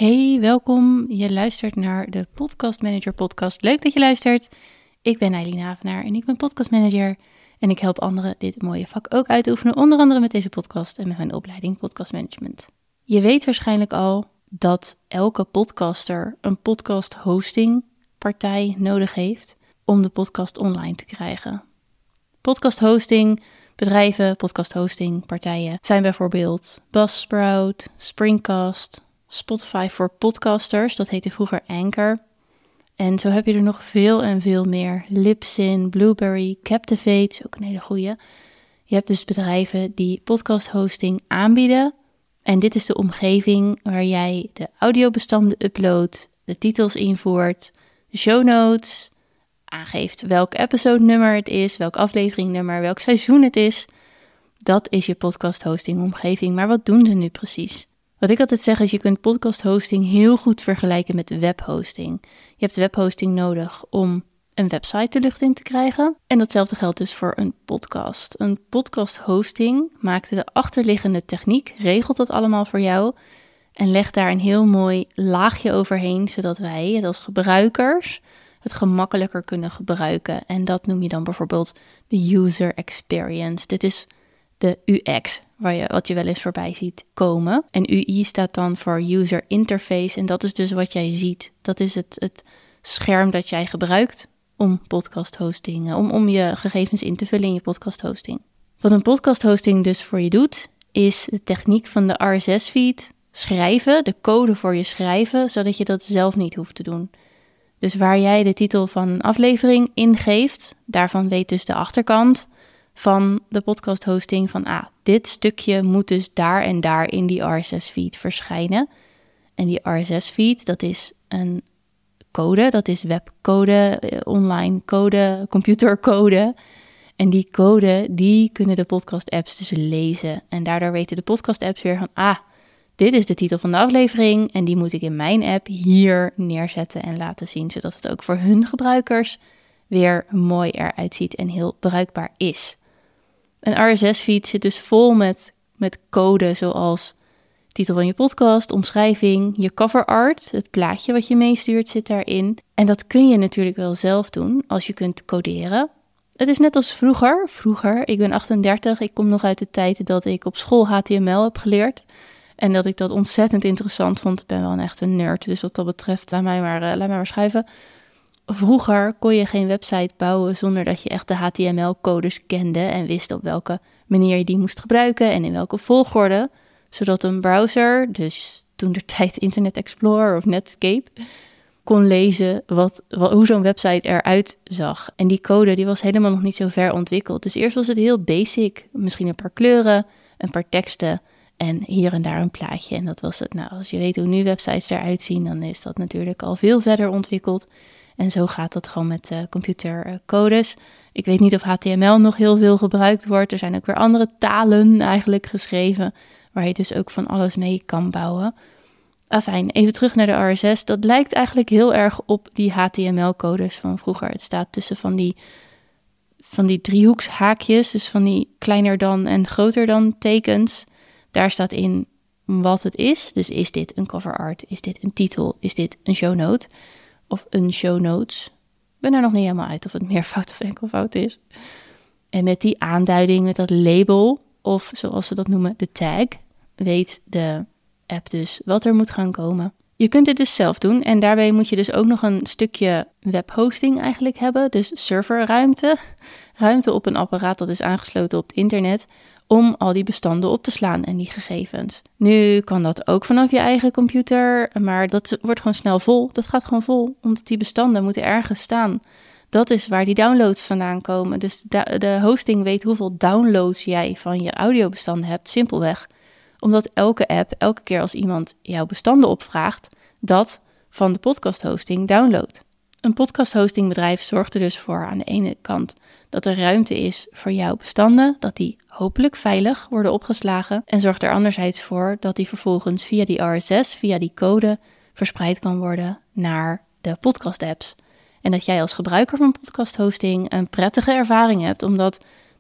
Hey, welkom. Je luistert naar de Podcast Manager podcast. Leuk dat je luistert. Ik ben Eileen Havenaar en ik ben podcastmanager. En ik help anderen dit mooie vak ook uit te oefenen, onder andere met deze podcast en met mijn opleiding Podcast Management. Je weet waarschijnlijk al dat elke podcaster een podcast hosting partij nodig heeft om de podcast online te krijgen. Podcast hosting bedrijven, podcast hosting partijen zijn bijvoorbeeld Buzzsprout, Springcast, Spotify voor podcasters, dat heette vroeger Anchor. En zo heb je er nog veel en veel meer. Libsyn, Blueberry, Captivate is ook een hele goeie. Je hebt dus bedrijven die podcast hosting aanbieden. En dit is de omgeving waar jij de audiobestanden uploadt, de titels invoert, de show notes, aangeeft welk episode-nummer het is, welk afleveringnummer, welk seizoen het is. Dat is je podcast hosting omgeving. Maar wat doen ze nu precies? Wat ik altijd zeg is, je kunt podcast hosting heel goed vergelijken met webhosting. Je hebt webhosting nodig om een website de lucht in te krijgen. En datzelfde geldt dus voor een podcast. Een podcast hosting maakt de achterliggende techniek, regelt dat allemaal voor jou en legt daar een heel mooi laagje overheen, zodat wij het als gebruikers het gemakkelijker kunnen gebruiken. En dat noem je dan bijvoorbeeld de user experience. Dit is de UX, wat je wel eens voorbij ziet komen. En UI staat dan voor user interface en dat is dus wat jij ziet. Dat is het scherm dat jij gebruikt om podcast hosting, om je gegevens in te vullen in je podcast hosting. Wat een podcast hosting dus voor je doet, is de techniek van de RSS-feed schrijven, de code voor je schrijven, zodat je dat zelf niet hoeft te doen. Dus waar jij de titel van een aflevering ingeeft, daarvan weet dus de achterkant van de podcast hosting van dit stukje moet dus daar en daar in die RSS-feed verschijnen. En die RSS-feed, dat is een code, dat is webcode, online code, computercode. En die code, die kunnen de podcast-apps dus lezen. En daardoor weten de podcast-apps weer van, dit is de titel van de aflevering en die moet ik in mijn app hier neerzetten en laten zien, zodat het ook voor hun gebruikers weer mooi eruit ziet en heel bruikbaar is. Een RSS-feed zit dus vol met code zoals titel van je podcast, omschrijving, je cover art, het plaatje wat je meestuurt zit daarin. En dat kun je natuurlijk wel zelf doen als je kunt coderen. Het is net als vroeger, ik ben 38, ik kom nog uit de tijd dat ik op school HTML heb geleerd. En dat ik dat ontzettend interessant vond. Ik ben wel een echte nerd, dus wat dat betreft, laat mij maar schuiven. Vroeger kon je geen website bouwen zonder dat je echt de HTML-codes kende en wist op welke manier je die moest gebruiken en in welke volgorde, zodat een browser, dus toen de tijd Internet Explorer of Netscape, kon lezen hoe zo'n website eruit zag. En die code die was helemaal nog niet zo ver ontwikkeld. Dus eerst was het heel basic, misschien een paar kleuren, een paar teksten en hier en daar een plaatje. En dat was het. Nou, als je weet hoe nu websites eruit zien, dan is dat natuurlijk al veel verder ontwikkeld. En zo gaat dat gewoon met computercodes. Ik weet niet of HTML nog heel veel gebruikt wordt. Er zijn ook weer andere talen eigenlijk geschreven, waar je dus ook van alles mee kan bouwen. Afijn, even terug naar de RSS. Dat lijkt eigenlijk heel erg op die HTML-codes van vroeger. Het staat tussen van die driehoekshaakjes, dus van die kleiner dan en groter dan tekens. Daar staat in wat het is. Dus is dit een cover art? Is dit een titel? Is dit een show note? Of een show notes? Ik ben er nog niet helemaal uit of het meervoud of enkelvoud is. En met die aanduiding, met dat label, of zoals ze dat noemen, de tag, weet de app dus wat er moet gaan komen. Je kunt dit dus zelf doen en daarbij moet je dus ook nog een stukje webhosting eigenlijk hebben. Dus serverruimte, ruimte op een apparaat dat is aangesloten op het internet, om al die bestanden op te slaan en die gegevens. Nu kan dat ook vanaf je eigen computer, maar dat wordt gewoon snel vol. Dat gaat gewoon vol, omdat die bestanden moeten ergens staan. Dat is waar die downloads vandaan komen. Dus de hosting weet hoeveel downloads jij van je audiobestanden hebt, simpelweg. Omdat elke app, elke keer als iemand jouw bestanden opvraagt, dat van de podcast hosting downloadt. Een podcast hostingbedrijf zorgt er dus voor aan de ene kant dat er ruimte is voor jouw bestanden, dat die hopelijk veilig worden opgeslagen en zorgt er anderzijds voor dat die vervolgens via die RSS, via die code, verspreid kan worden naar de podcast apps. En dat jij als gebruiker van podcast hosting een prettige ervaring hebt, omdat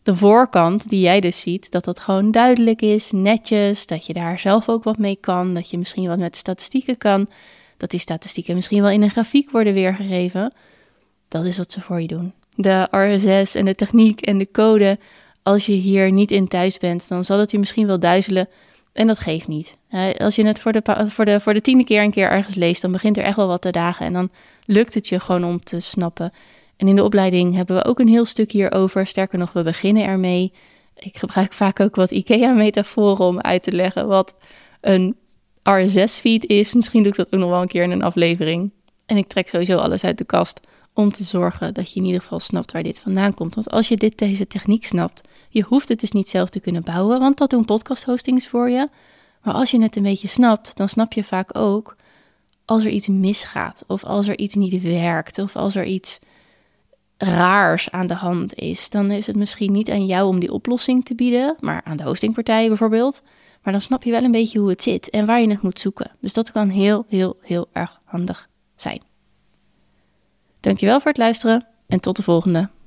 de voorkant die jij dus ziet, dat gewoon duidelijk is, netjes, dat je daar zelf ook wat mee kan, dat je misschien wat met statistieken kan, dat die statistieken misschien wel in een grafiek worden weergegeven. Dat is wat ze voor je doen. De RSS en de techniek en de code, als je hier niet in thuis bent, dan zal het je misschien wel duizelen en dat geeft niet. Als je het voor de 10e keer een keer ergens leest, dan begint er echt wel wat te dagen en dan lukt het je gewoon om te snappen. En in de opleiding hebben we ook een heel stuk hierover. Sterker nog, we beginnen ermee. Ik gebruik vaak ook wat IKEA-metaforen om uit te leggen wat een RSS-feed is. Misschien doe ik dat ook nog wel een keer in een aflevering. En ik trek sowieso alles uit de kast om te zorgen dat je in ieder geval snapt waar dit vandaan komt. Want als je deze techniek snapt, je hoeft het dus niet zelf te kunnen bouwen, want dat doen podcast-hostings voor je. Maar als je het een beetje snapt, dan snap je vaak ook als er iets misgaat, of als er iets niet werkt, of als er iets raars aan de hand is, dan is het misschien niet aan jou om die oplossing te bieden, maar aan de hostingpartij bijvoorbeeld. Maar dan snap je wel een beetje hoe het zit en waar je het moet zoeken. Dus dat kan heel, heel, heel erg handig zijn. Dankjewel voor het luisteren en tot de volgende.